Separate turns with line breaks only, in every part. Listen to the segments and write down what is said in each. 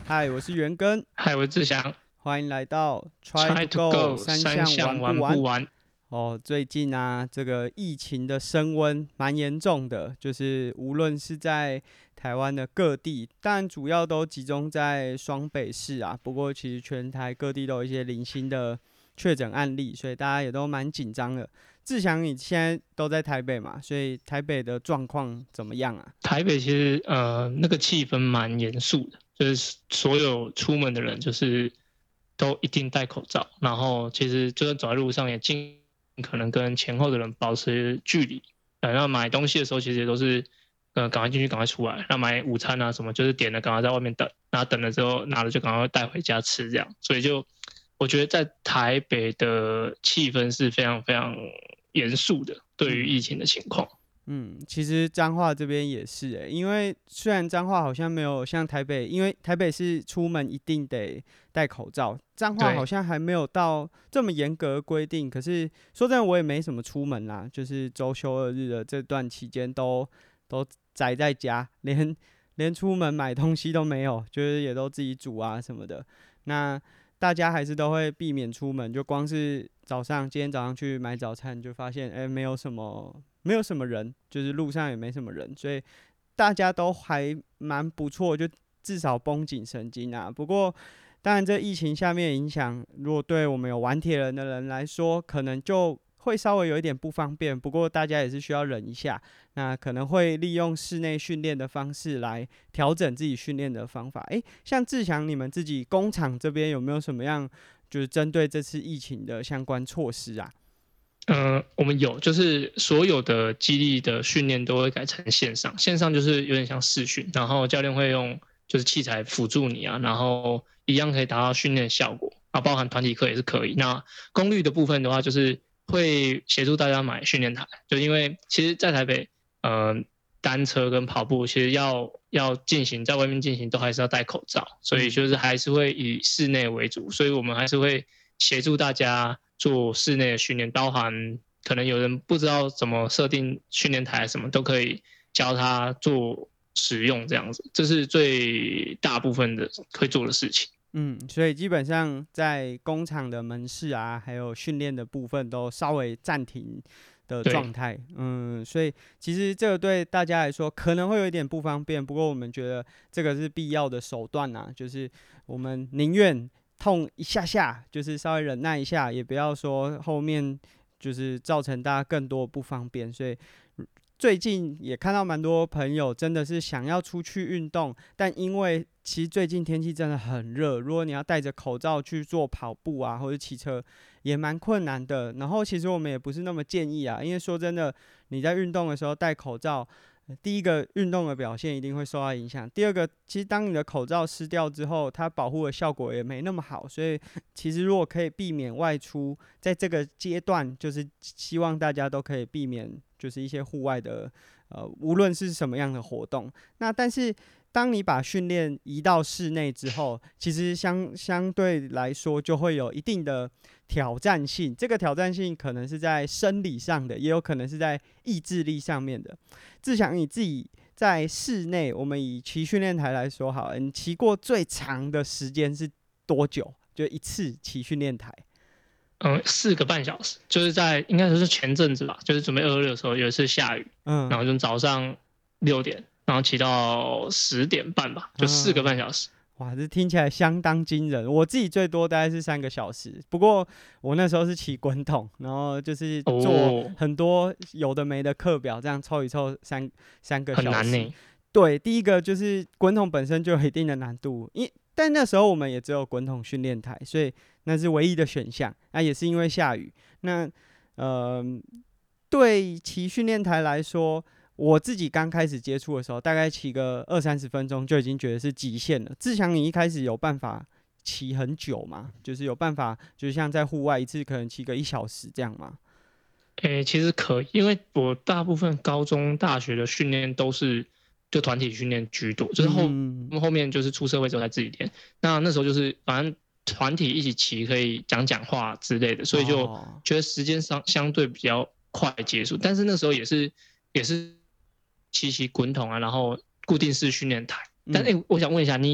嗨，我是元根，
嗨，我是志祥
欢迎来到 Try
，Try
to
to
Go
go，
三项
三项
玩不完？
玩不完。
哦，最近啊，这个疫情的升温蛮严重的，就是无论是在台湾的各地，当然主要都集中在双北市啊。不过其实全台各地都有一些零星的确诊案例，所以大家也都蛮紧张的。志祥，你现在都在台北嘛？所以台北的状况怎么样啊？
台北其实那个气氛蛮严肃的，就是所有出门的人就是都一定戴口罩，然后其实就算走在路上也尽可能跟前后的人保持距离。然后买东西的时候其实也都是赶快进去赶快出来。那买午餐啊什么就是点了赶快在外面等，然后等了之后拿了就赶快带回家吃这样。所以就我觉得在台北的气氛是非常非常严肃的，对于
嗯。
疫情的情况。
其实彰化这边也是因为虽然彰化好像没有像台北，因为台北是出门一定得戴口罩，彰化好
对，
像还没有到这么严格的规定。可是说真的，我也没什么出门啦，就是周休二日的这段期间都宅在家，连出门买东西都没有，就是也都自己煮啊什么的。那大家还是都会避免出门，就光是今天早上去买早餐，就发现没有什么人，就是路上也没什么人，所以大家都还蛮不错，就至少绷紧神经啊。不过，当然这疫情下面影响，如果对我们有玩铁人的人来说，可能就会稍微有一点不方便。不过大家也是需要忍一下，那可能会利用室内训练的方式来调整自己训练的方法。像志强，你们自己工厂这边有没有什么样就是针对这次疫情的相关措施啊？
我们有，就是所有的肌力的训练都会改成线上，线上就是有点像视讯，然后教练会用就是器材辅助你啊，然后一样可以达到训练效果啊，包含团体课也是可以。那功率的部分的话，就是会协助大家买训练台，就因为其实，在台北，单车跟跑步其实要进行在外面进行都还是要戴口罩，所以就是还是会以室内为主，所以我们还是会协助大家做室内的训练，包含可能有人不知道怎么设定训练台什么，都可以教他做使用这样子，这是最大部分的会做的事情。
所以基本上在工厂的门市啊，还有训练的部分都稍微暂停的状
对
态。所以其实这个对大家来说可能会有一点不方便，不过我们觉得这个是必要的手段啊，就是我们宁愿痛一下下，就是稍微忍耐一下，也不要说后面就是造成大家更多不方便。所以最近也看到蛮多朋友真的是想要出去运动，但因为其实最近天气真的很热，如果你要戴着口罩去做跑步啊或者骑车，也蛮困难的。然后其实我们也不是那么建议啊，因为说真的，你在运动的时候戴口罩，第一个运动的表现一定会受到影响，第二个其实当你的口罩湿掉之后，它保护的效果也没那么好，所以其实如果可以避免外出，在这个阶段，就是希望大家都可以避免就是一些户外的无论是什么样的活动。那但是当你把训练移到室内之后，其实相对来说就会有一定的挑战性。这个挑战性可能是在生理上的，也有可能是在意志力上面的。志强，你自己在室内，我们以骑训练台来说好了，你骑过最长的时间是多久？就一次骑训练台？
4个半小时，就是在应该说是前阵子吧，就是准备226的时候，有一次下雨，
嗯
然后就早上6点，然后骑到10点半吧，就四个半
嗯，
小时。
哇，这听起来相当惊人。我自己最多大概是3个小时，不过我那时候是骑滚筒，然后就是做
哦，
很多有的没的课表，这样凑一凑三个小时。
很难呢。
对，第一个就是滚筒本身就有一定的难度，但那时候我们也只有滚筒训练台，所以那是唯一的选项。那也是因为下雨。那呃，对骑训练台来说，我自己刚开始接触的时候，大概骑个20-30分钟就已经觉得是极限了。志强，你一开始有办法骑很久吗？就是有办法，就是像在户外一次可能骑个1小时这样吗？
其实可以，因为我大部分高中、大学的训练都是就团体训练居多，就是
嗯，
后面就是出社会之后才自己练。那时候就是反正团体一起骑，可以讲讲话之类的，所以就
哦，
觉得时间上相对比较快结束。但是那时候也是骑滚筒啊，然后固定式训练台。但
嗯。
我想问一下你，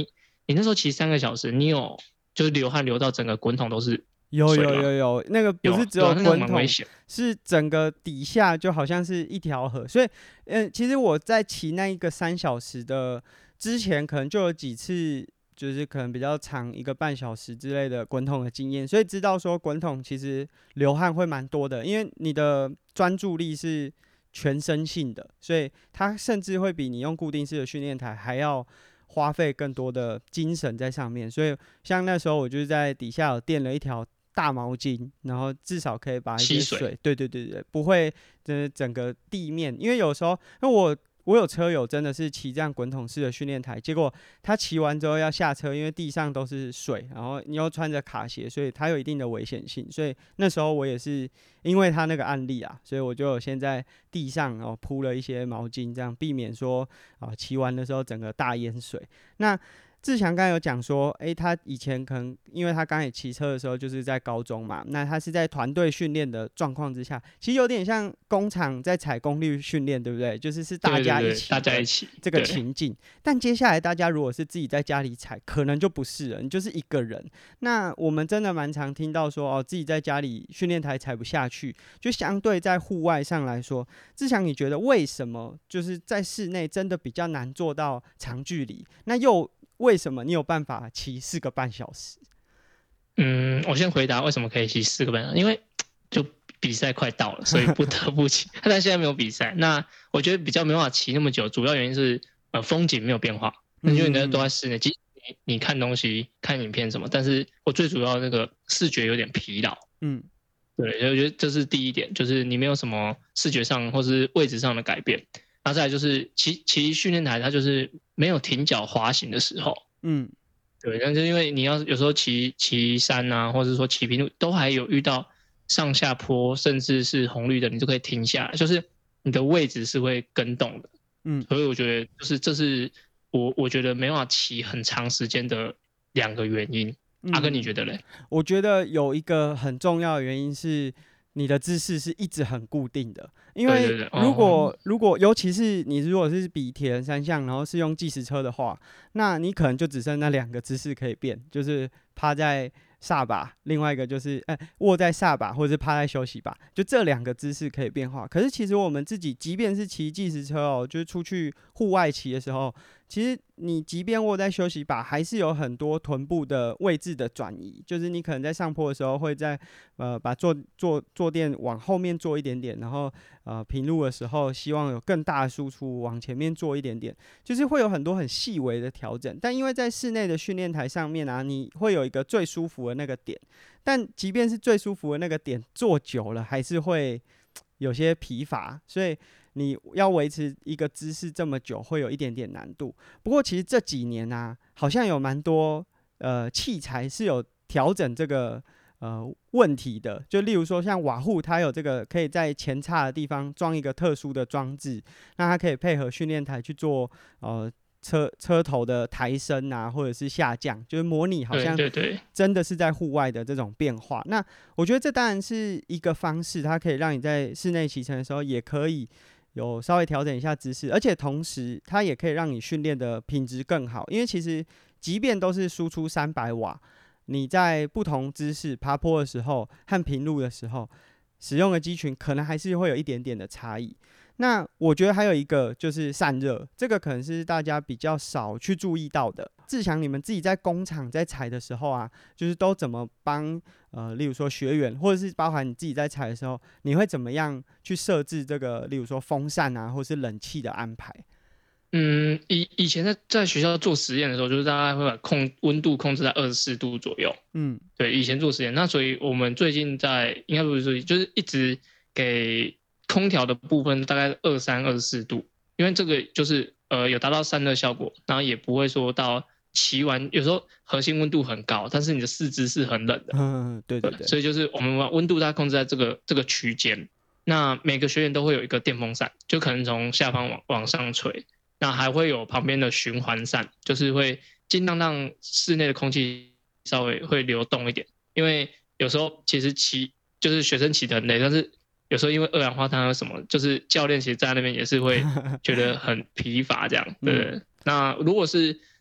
你那时候骑3个小时，你有就是流汗流到整个滚筒都是
有
水吗？
那个不是只有
那个
滚筒，
蛮危险。
是整个底下就好像是一条河。所以，其实我在骑那一个3小时的之前，可能就有几次，就是可能比较长1个半小时之类的滚筒的经验，所以知道说滚筒其实流汗会蛮多的，因为你的专注力是全身性的，所以它甚至会比你用固定式的训练台还要花费更多的精神在上面。所以像那时候我就是在底下有垫了一条大毛巾，然后至少可以把一些水，对对对对，不会整个地面，因为有时候因为我有车友真的是骑这样滚筒式的训练台，结果他骑完之后要下车，因为地上都是水，然后你又穿着卡鞋，所以它有一定的危险性。所以那时候我也是因为他那个案例啊，所以我就先在地上铺了一些毛巾，这样避免说骑完的时候整个大淹水。那志强刚才有讲说，他以前可能因为他刚才骑车的时候就是在高中嘛，那他是在团队训练的状况之下，其实有点像工厂在采功率训练，对不对？就是大家一起，
大家一起
这个情境。但接下来大家如果是自己在家里踩，可能就不是了，你就是一个人。那我们真的蛮常听到说，自己在家里训练台踩不下去，就相对在户外上来说，志强你觉得为什么就是在室内真的比较难做到长距离？那又为什么你有办法骑4个半小时？
我先回答为什么可以骑4个半小时，因为就比赛快到了，所以不得不骑。但现在没有比赛，那我觉得比较没办法骑那么久，主要原因是风景没有变化，因为你都在室内，即使你看东西、看影片什么，但是我最主要那个视觉有点疲劳。对，所以我觉得这是第一点，就是你没有什么视觉上或是位置上的改变。然后再来就是骑训练台，它就是没有停脚滑行的时候。对，但是因为你要有时候骑山啊，或者说骑平路，都还有遇到上下坡，甚至是红绿灯，你就可以停下来，就是你的位置是会跟动的。所以我觉得就是这是我觉得没办法骑很长时间的2个原因。阿哥你觉得嘞？
我觉得有一个很重要的原因是你的姿势是一直很固定的，因为如果尤其是你如果是比铁人三项，然后是用计时车的话，那你可能就只剩那2个姿势可以变，就是趴在刹把，另外一个就是卧在刹把或者是趴在休息把，就这2个姿势可以变化。可是其实我们自己即便是骑计时车就是出去户外骑的时候，其实你即便卧在休息把，还是有很多臀部的位置的转移，就是你可能在上坡的时候会在把坐垫往后面坐一点点，然后平路的时候希望有更大的输出往前面坐一点点，就是会有很多很细微的调整。但因为在室内的训练台上面啊，你会有一个最舒服的那个点，但即便是最舒服的那个点，坐久了还是会有些疲乏，所以你要维持一个姿势这么久，会有一点点难度。不过其实这几年啊，好像有蛮多器材是有调整这个问题的，就例如说像瓦户，它有这个可以在前叉的地方装一个特殊的装置，那它可以配合训练台去做车头的抬升啊，或者是下降，就是模拟好像真的是在户外的这种变化。那我觉得这当然是一个方式，它可以让你在室内骑乘的时候也可以有稍微调整一下姿势，而且同时它也可以让你训练的品质更好。因为其实即便都是输出300瓦，你在不同姿势爬坡的时候和平路的时候，使用的肌群可能还是会有一点点的差异。那我觉得还有一个就是散热，这个可能是大家比较少去注意到的。志强，你们自己在工厂在踩的时候啊，就是都怎么帮例如说学员，或者是包含你自己在踩的时候，你会怎么样去设置这个，例如说风扇啊，或是冷气的安排？
以前在学校做实验的时候，就是大概会把温度控制在24度左右。对，以前做实验，那所以我们最近应该不是说，就是一直给空调的部分大概23、24度，因为这个就是有达到散热效果，然后也不会说到骑完有时候核心温度很高，但是你的四肢是很冷的。
对，
所以就是我们把温度大概控制在这个区间。那每个学员都会有一个电风扇，就可能从下方往上吹，那还会有旁边的循环扇，就是会尽量让室内的空气稍微会流动一点，因为有时候其实就是学生骑得很累，但是有时候因为二氧化碳和什么，就是教练其实在那边也是会觉得很疲乏这样。对，那如果是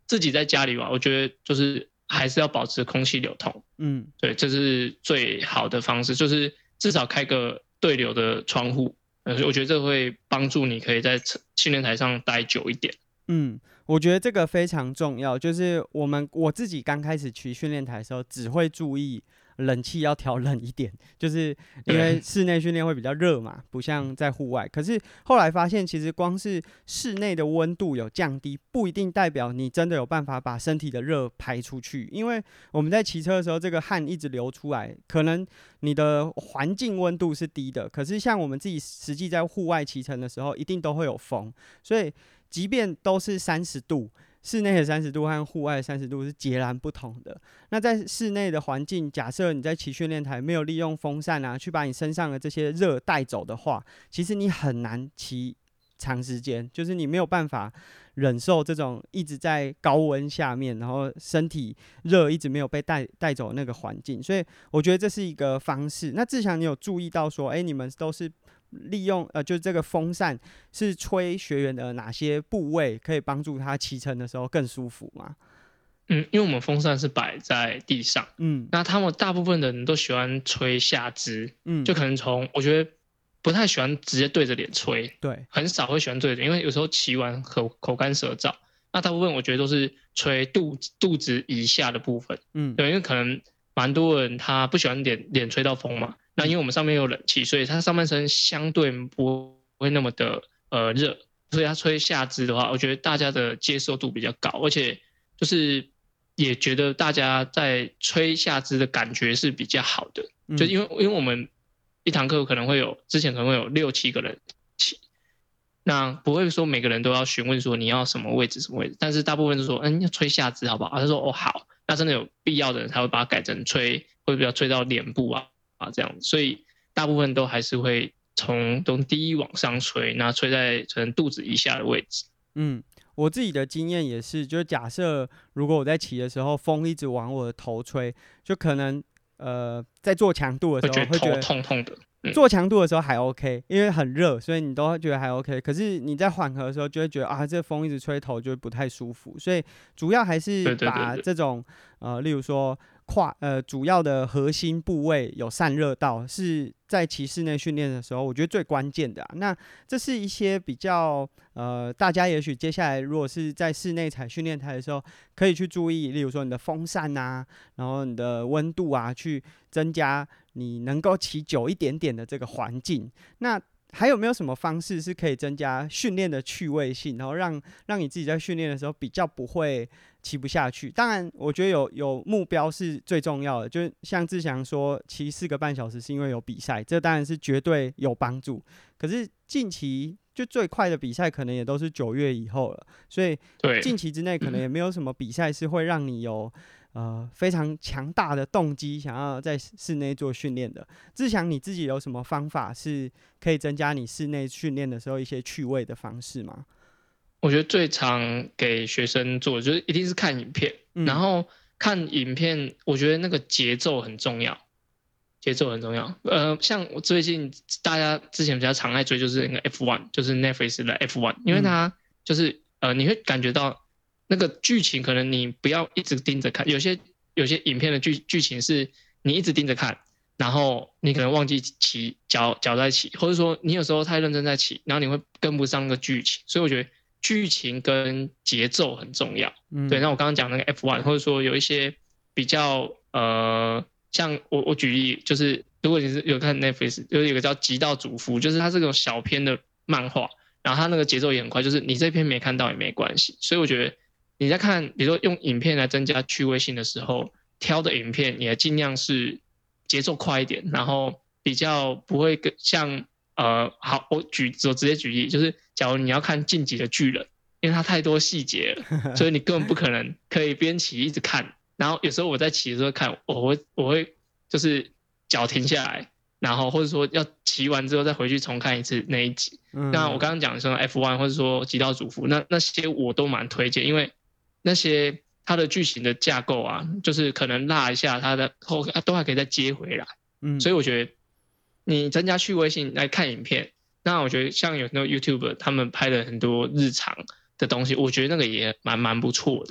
自己在家里玩，我觉得就是还是要保持空气流通。对，这是最好的方式，就是至少开个对流的窗户。我觉得这会帮助你可以在训练台上待久一点。
我觉得这个非常重要，就是我自己刚开始骑训练台的时候，只会注意冷气要调冷一点，就是因为室内训练会比较热嘛，不像在户外。可是后来发现，其实光是室内的温度有降低，不一定代表你真的有办法把身体的热排出去。因为我们在骑车的时候，这个汗一直流出来，可能你的环境温度是低的，可是像我们自己实际在户外骑乘的时候，一定都会有风，所以即便都是30度，室内的30度和户外的30度是截然不同的。那在室内的环境，假设你在骑训练台没有利用风扇啊，去把你身上的这些热带走的话，其实你很难骑长时间，就是你没有办法忍受这种一直在高温下面，然后身体热一直没有被带走的那个环境。所以我觉得这是一个方式。那志祥，你有注意到说，你们都是利用就是这个风扇是吹学员的哪些部位，可以帮助他骑乘的时候更舒服吗？
因为我们风扇是摆在地上，那他们大部分的人都喜欢吹下肢，就可能我觉得不太喜欢直接对着脸吹，
对，
很少会喜欢对着脸，因为有时候骑完口干舌燥，那大部分我觉得都是吹肚子以下的部分，对，因为可能蛮多人他不喜欢脸吹到风嘛，那因为我们上面有冷气，所以他上半身相对不会那么的热，所以他吹下肢的话，我觉得大家的接受度比较高，而且就是也觉得大家在吹下肢的感觉是比较好的，就因为我们一堂课之前可能会有6-7个人起，那不会说每个人都要询问说你要什么位置，但是大部分都说要吹下肢好不好？他说好，那真的有必要的人才会把它改成会比较吹到脸部啊这样子，所以大部分都还是会从低往上吹，那吹在可能肚子以下的位置。
我自己的经验也是，就是假设如果我在骑的时候，风一直往我的头吹，就可能在做强度的时候会觉得
头痛痛的。
做强度的时候还 OK， 因为很热，所以你都会觉得还 OK。可是你在缓和的时候，就会觉得这风一直吹头就不太舒服。所以主要还是把这种例如说主要的核心部位有散热到，是在骑室内训练的时候，我觉得最关键的那这是一些比较大家也许接下来如果是在室内踩训练台的时候，可以去注意，例如说你的风扇啊，然后你的温度啊，去增加你能够骑久一点点的这个环境。那还有没有什么方式是可以增加训练的趣味性，然后让你自己在训练的时候比较不会骑不下去？当然，我觉得有目标是最重要的。就像志祥说，骑4个半小时是因为有比赛，这当然是绝对有帮助。可是近期就最快的比赛可能也都是9月以后了，所以近期之内可能也没有什么比赛是会让你有非常强大的动机想要在室内做训练的。志祥，你自己有什么方法是可以增加你室内训练的时候一些趣味的方式吗？
我觉得最常给学生做的就是一定是看影片，然后看影片，我觉得那个节奏很重要，像我最近大家之前比较常爱追就是那个 F1， 就是 Netflix 的 F1， 因为它就是你会感觉到那个剧情，可能你不要一直盯着看，有些影片的剧情是你一直盯着看，然后你可能忘记骑脚在骑，或者说你有时候太认真在骑，然后你会跟不上那个剧情，所以我觉得剧情跟节奏很重要。对，那我刚刚讲那个 F1， 或者说有一些比较像我举例，就是如果你是有看 Netflix， 有一个叫《极道主夫》，就是它这种小篇的漫画，然后它那个节奏也很快，就是你这篇没看到也没关系。所以我觉得你在看，比如说用影片来增加趣味性的时候，挑的影片也尽量是节奏快一点，然后比较不会像好，我直接举例，就是假如你要看晋级的巨人，因为它太多细节了，所以你根本不可能可以边骑一直看。然后有时候我在骑的时候看，我会就是脚停下来，然后或者说要骑完之后再回去重看一次那一集。那我刚刚讲的说 F1 或者说极道主夫，那些我都蛮推荐，因为那些它的剧情的架构啊，就是可能落一下它的后都还可以再接回来。所以我觉得你增加趣味性来看影片，那我觉得像有那个 YouTuber 他们拍的很多日常的东西，我觉得那个也蛮不错的。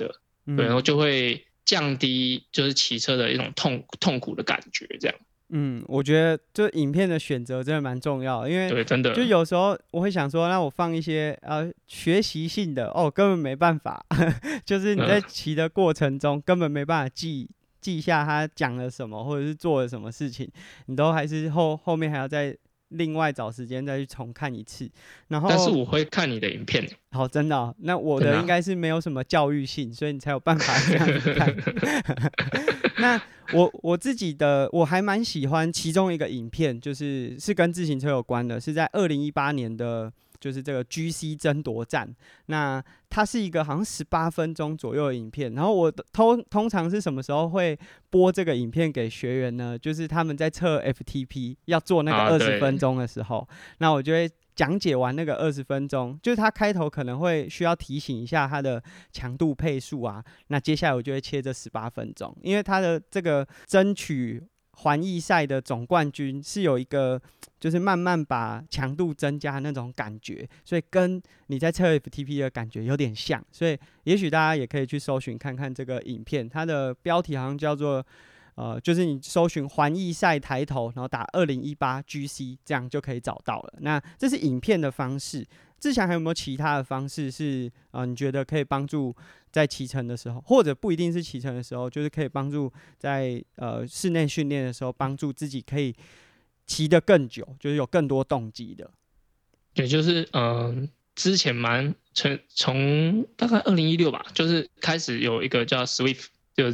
对，然后就会降低就是骑车的一种痛苦的感觉，这样。
我觉得就影片的选择真的蛮重要的，因为
对，真的
就有时候我会想说，那我放一些学习性的根本没办法，就是你在骑的过程中根本没办法记下他讲了什么，或者是做了什么事情，你都还是后面还要再另外找时间再去重看一次。然后，
但是我会看你的影片。
好，真的那我的应该是没有什么教育性，所以你才有办法这样子看。那我自己的我还蛮喜欢其中一个影片，是跟自行车有关的，是在2018年的。就是这个 GC 争夺战，那它是一个好像18分钟左右的影片。然后我通常是什么时候会播这个影片给学员呢？就是他们在测 FTP 要做那个20分钟的时候，那我就会讲解完那个20分钟，就是他开头可能会需要提醒一下他的强度配速啊。那接下来我就会切这18分钟，因为他的这个争取环意赛的总冠军是有一个就是慢慢把强度增加那种感觉，所以跟你在测 FTP 的感觉有点像，所以也许大家也可以去搜寻看看这个影片，它的标题好像叫做就是你搜寻环意赛抬头，然后打2018 GC， 这样就可以找到了。那这是影片的方式。志祥还有没有其他的方式是你觉得可以帮助在骑乘的时候，或者不一定是骑乘的时候，就是可以帮助在室内训练的时候，帮助自己可以骑得更久，就是有更多动机的？
也就是之前从大概2016吧，就是开始有一个叫 Swift， 就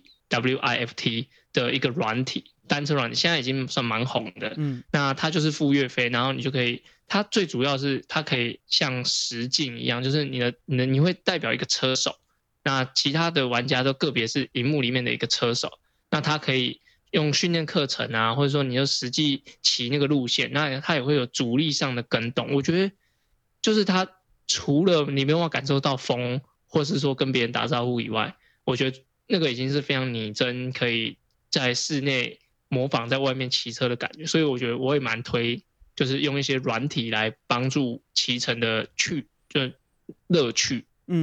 ZWIFT 的一个软体，单车软体，现在已经算蛮红的。那它就是付月费，然后你就可以。它最主要是它可以像实境一样，就是你会代表一个车手，那其他的玩家都个别是荧幕里面的一个车手，那它可以用训练课程啊，或者说你就实际骑那个路线，那它也会有阻力上的跟动。我觉得就是它除了你没办法感受到风，或是说跟别人打招呼以外，我觉得那个已经是非常拟真，可以在室内模仿在外面骑车的感觉，所以我觉得我也蛮推。就是用一些软体来帮助骑乘的乐趣。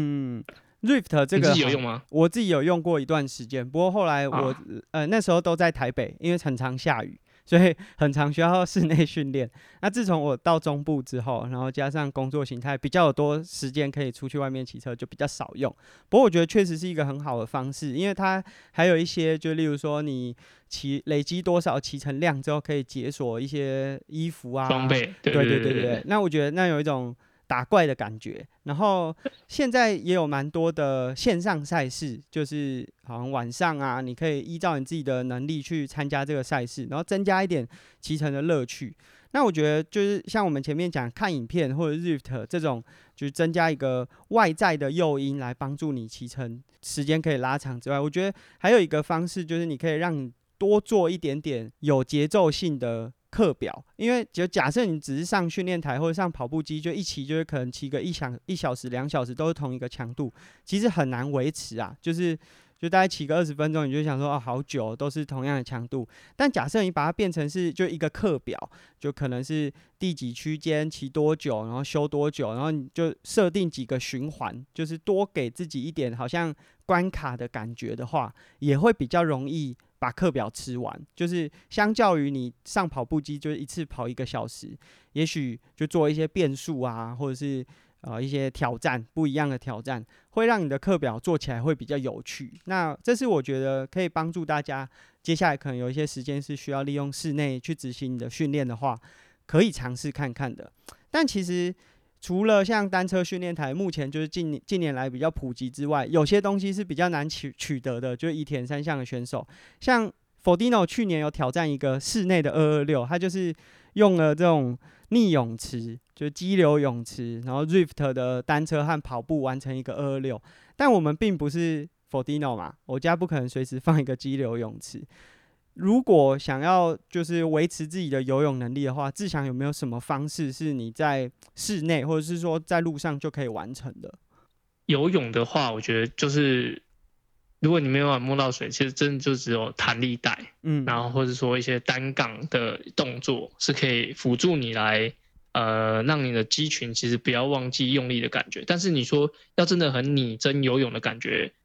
Rift 这个
你自己有用吗？
我自己有用过一段时间，不过后来我那时候都在台北，因为很常下雨，所以很常需要室内训练。那自从我到中部之后，然后加上工作形态比较有多时间可以出去外面骑车，就比较少用。不过我觉得确实是一个很好的方式，因为它还有一些，就例如说你累积多少骑乘量之后，可以解锁一些衣服啊、
装备。
对。那我觉得那有一种打怪的感觉。然后现在也有蛮多的线上赛事，就是好像晚上啊，你可以依照你自己的能力去参加这个赛事，然后增加一点骑乘的乐趣。那我觉得就是像我们前面讲看影片或者 Rift 这种，就是增加一个外在的诱因来帮助你骑乘时间可以拉长之外，我觉得还有一个方式就是你可以让你多做一点点有节奏性的课表，因为就假设你只是上训练台或者上跑步机，就一骑就是可能骑个1小时2小时都是同一个强度，其实很难维持啊。就大概骑个20分钟，你就想说好久都是同样的强度。但假设你把它变成是就一个课表，就可能是第几区间骑多久，然后休多久，然后你就设定几个循环，就是多给自己一点好像关卡的感觉的话，也会比较容易把课表吃完。就是相较于你上跑步机，就是一次跑1个小时，也许就做一些变速啊，或者是一些挑战，不一样的挑战，会让你的课表做起来会比较有趣。那这是我觉得可以帮助大家，接下来可能有一些时间是需要利用室内去执行你的训练的话，可以尝试看看的。但其实除了像单车训练台目前就是近年来比较普及之外，有些东西是比较难取得的，就是宜田3项的选手，像 Fordino 去年有挑战一个室内的226，他就是用了这种逆泳池，就是激流泳池，然后 Rift 的单车和跑步完成一个226。但我们并不是 Fordino 嘛，我家不可能随时放一个激流泳池。如果想要就是维持自己的游泳能力的话，志祥有没有什么方式是你在室内或者是说在路上就可以完成的？
游泳的话，我觉得就是如果你没有办法摸到水，其实真的就只有弹力带，然后或者说一些单杠的动作是可以辅助你来让你的肌群其实不要忘记用力的感觉。但是你说要真的很拟真游泳的感觉，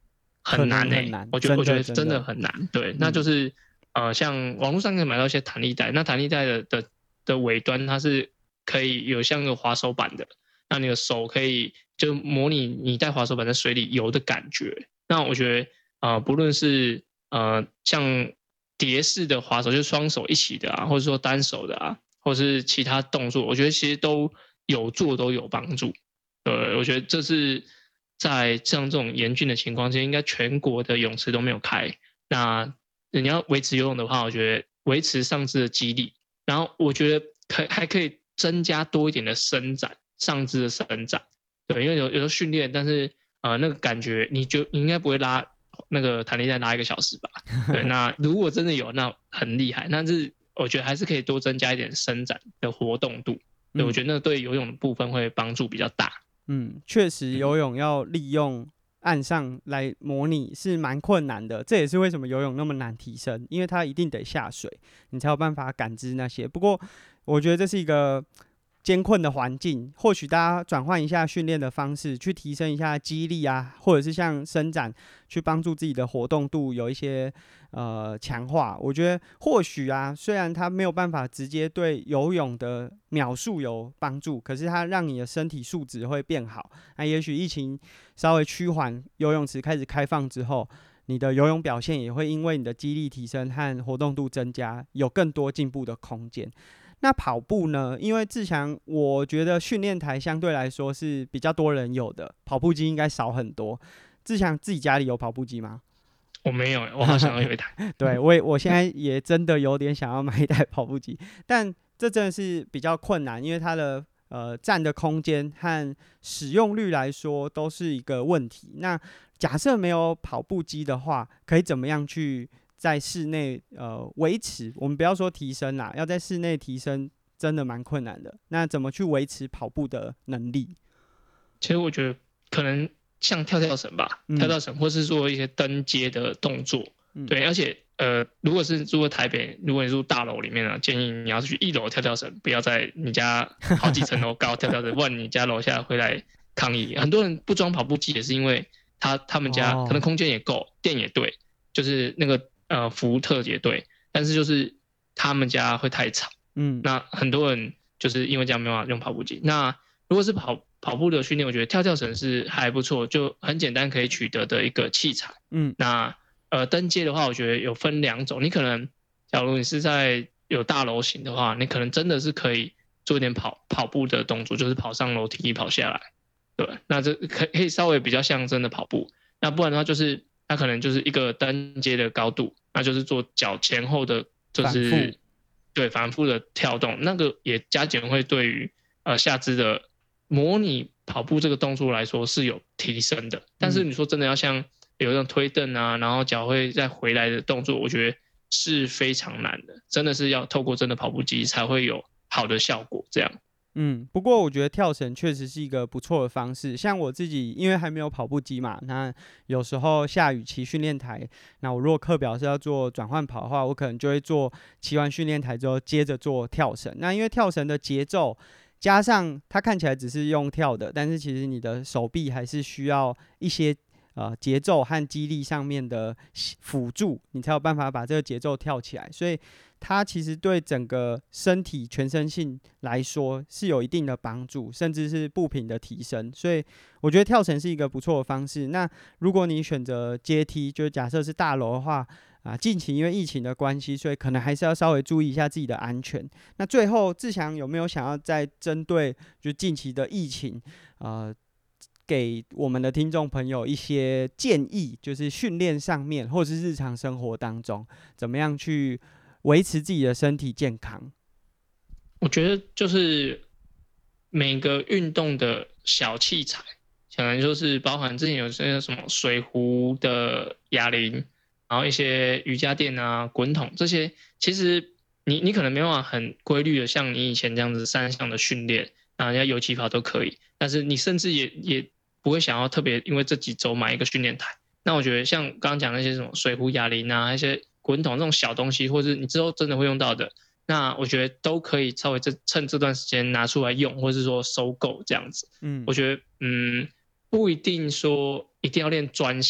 很难
很难，
我觉得真的很难。对，那就是像网络上可以买到一些弹力带，那弹力带的尾端它是可以有像个滑手板的，那你的手可以就模拟你带滑手板在水里游的感觉。那我觉得不论是像蝶式的滑手，就是双手一起的啊，或者说单手的啊，或是其他动作，我觉得其实都有帮助。我觉得这是在像这种严峻的情况下，应该全国的泳池都没有开。那你要维持游泳的话，我觉得维持上肢的肌力，然后我觉得还可以增加多一点的伸展，上肢的伸展。对，因为有时候训练，但是那个感觉你应该不会拉那个弹力带拉1个小时吧？对，那如果真的有，那很厉害。但是我觉得还是可以多增加一点伸展的活动度。对，我觉得那对游泳的部分会帮助比较大。
确实游泳要利用岸上来模拟是蛮困难的，这也是为什么游泳那么难提升，因为它一定得下水，你才有办法感知那些。不过我觉得这是一个艰困的环境，或许大家转换一下训练的方式，去提升一下肌力啊，或者是像伸展，去帮助自己的活动度有一些强化。我觉得或许啊，虽然它没有办法直接对游泳的秒数有帮助，可是它让你的身体素质会变好。那也许疫情稍微趋缓，游泳池开始开放之后，你的游泳表现也会因为你的肌力提升和活动度增加，有更多进步的空间。那跑步呢？因为志强，我觉得训练台相对来说是比较多人有的，跑步机应该少很多。志强自己家里有跑步机吗？
我没有，我好想要有一台。
对，我现在也真的有点想要买一台跑步机，但这真的是比较困难，因为它的占的空间和使用率来说都是一个问题。那假设没有跑步机的话，可以怎么样去在室内维持？我们不要说提升啦，要在室内提升真的蛮困难的。那怎么去维持跑步的能力？
其实我觉得可能像跳跳绳吧，跳跳绳或是做一些登阶的动作。对，而且如果是住在台北，如果你住大楼里面啊，建议你要去1楼跳跳绳，不要在你家好几层楼高跳跳绳，不然你家楼下会来抗议。很多人不装跑步机也是因为他们家可能空间也够，电也对，就是那个福特也对，但是就是他们家会太吵。那很多人就是因为这样没办法用跑步机。那如果是跑步的训练，我觉得跳跳绳是还不错，就很简单可以取得的一个器材。那登阶的话，我觉得有分2种。你可能，假如你是在有大楼型的话，你可能真的是可以做一点跑步的动作，就是跑上楼梯、跑下来。对，那这可以稍微比较像真的跑步。那不然的话，就是它可能就是一个登阶的高度，那就是做脚前后的，就是对反复的跳动，那个也加减会对于下肢的模拟跑步这个动作来说是有提升的。但是你说真的要像有一种推蹬啊，然后脚会再回来的动作，我觉得是非常难的，真的是要透过真的跑步机才会有好的效果这样。
不过我觉得跳绳确实是一个不错的方式。像我自己，因为还没有跑步机嘛，那有时候下雨骑训练台，那我如果课表是要做转换跑的话，我可能就会做骑完训练台之后接着做跳绳。那因为跳绳的节奏加上它看起来只是用跳的，但是其实你的手臂还是需要一些节奏和肌力上面的辅助，你才有办法把这个节奏跳起来。所以它其实对整个身体全身性来说是有一定的帮助，甚至是步频的提升。所以我觉得跳绳是一个不错的方式。那如果你选择阶梯，就假设是大楼的话，近期因为疫情的关系，所以可能还是要稍微注意一下自己的安全。那最后，志祥有没有想要再针对就近期的疫情，给我们的听众朋友一些建议，就是训练上面或是日常生活当中，怎么样去维持自己的身体健康？
我觉得就是每个运动的小器材，可能就是包含之前有些什么水壶的哑铃，然后一些瑜伽垫啊、滚筒这些，其实你可能没办法很规律的像你以前这样子3项的训练，人家游起跑都可以，但是你甚至也不会想要特别因为这几周买一个训练台。那我觉得像刚刚讲那些什么水壶、哑铃啊，一些滚筒这种小东西，或是你之后真的会用到的，那我觉得都可以稍微趁这段时间拿出来用，或是说收购这样子。我觉得不一定说一定要练专项，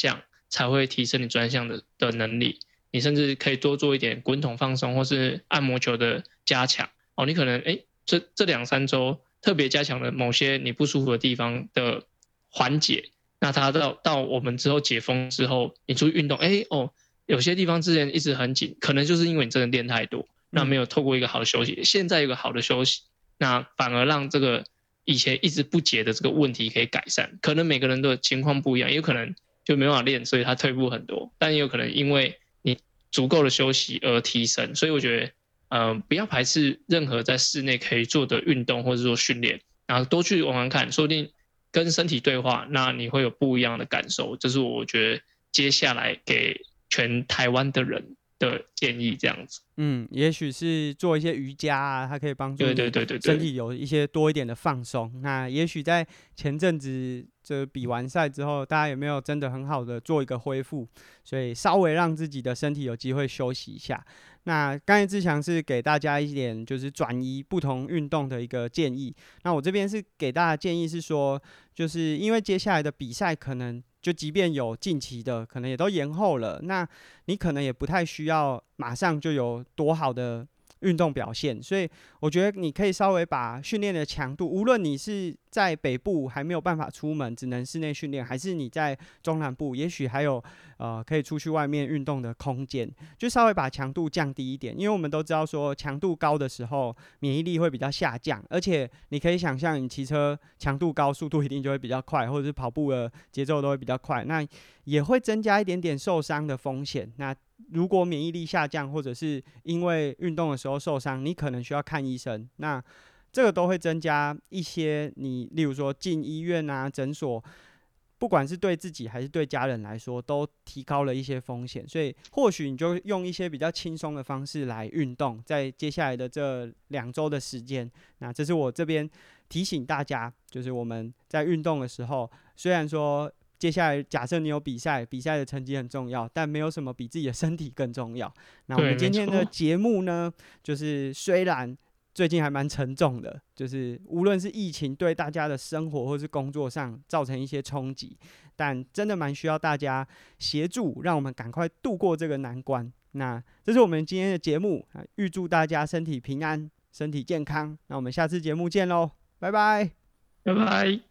才会提升你专项的能力。你甚至可以多做一点滚筒放松或是按摩球的加强哦。你可能这2-3周特别加强了某些你不舒服的地方的缓解，那它到我们之后解封之后，你出去运动，有些地方之前一直很紧，可能就是因为你真的练太多，那没有透过一个好的休息，现在有个好的休息，那反而让这个以前一直不解的这个问题可以改善。可能每个人的情况不一样，也有可能就没办法练，所以他退步很多，但也有可能因为你足够的休息而提升。所以我觉得，不要排斥任何在室内可以做的运动或者说训练，然后多去玩玩看，说不定跟身体对话，那你会有不一样的感受。这是我觉得接下来给全台湾的人的建议，这样子。
也许是做一些瑜伽啊，它可以帮助你身体有一些多一点的放松。那也许在前阵子这比完赛之后，大家有没有真的很好的做一个恢复？所以稍微让自己的身体有机会休息一下。那刚才志强是给大家一点就是转移不同运动的一个建议。那我这边是给大家建议是说，就是因为接下来的比赛可能就即便有近期的，可能也都延后了，那你可能也不太需要马上就有多好的运动表现，所以我觉得你可以稍微把训练的强度，无论你是在北部还没有办法出门，只能室内训练，还是你在中南部，也许还有可以出去外面运动的空间，就稍微把强度降低一点，因为我们都知道说强度高的时候免疫力会比较下降，而且你可以想象你骑车强度高，速度一定就会比较快，或者是跑步的节奏都会比较快，那也会增加一点点受伤的风险。那如果免疫力下降，或者是因为运动的时候受伤，你可能需要看医生。那这个都会增加一些你，例如说进医院啊、诊所，不管是对自己还是对家人来说，都提高了一些风险。所以或许你就用一些比较轻松的方式来运动，在接下来的这2周的时间。那这是我这边提醒大家，就是我们在运动的时候，虽然说接下来假设你有比赛，比赛的成绩很重要，但没有什么比自己的身体更重要。那我们今天的节目呢，就是虽然最近还蛮沉重的，就是无论是疫情对大家的生活或是工作上造成一些冲击，但真的蛮需要大家协助，让我们赶快度过这个难关。那这是我们今天的节目，预祝大家身体平安、身体健康。那我们下次节目见喽，拜拜，
拜拜。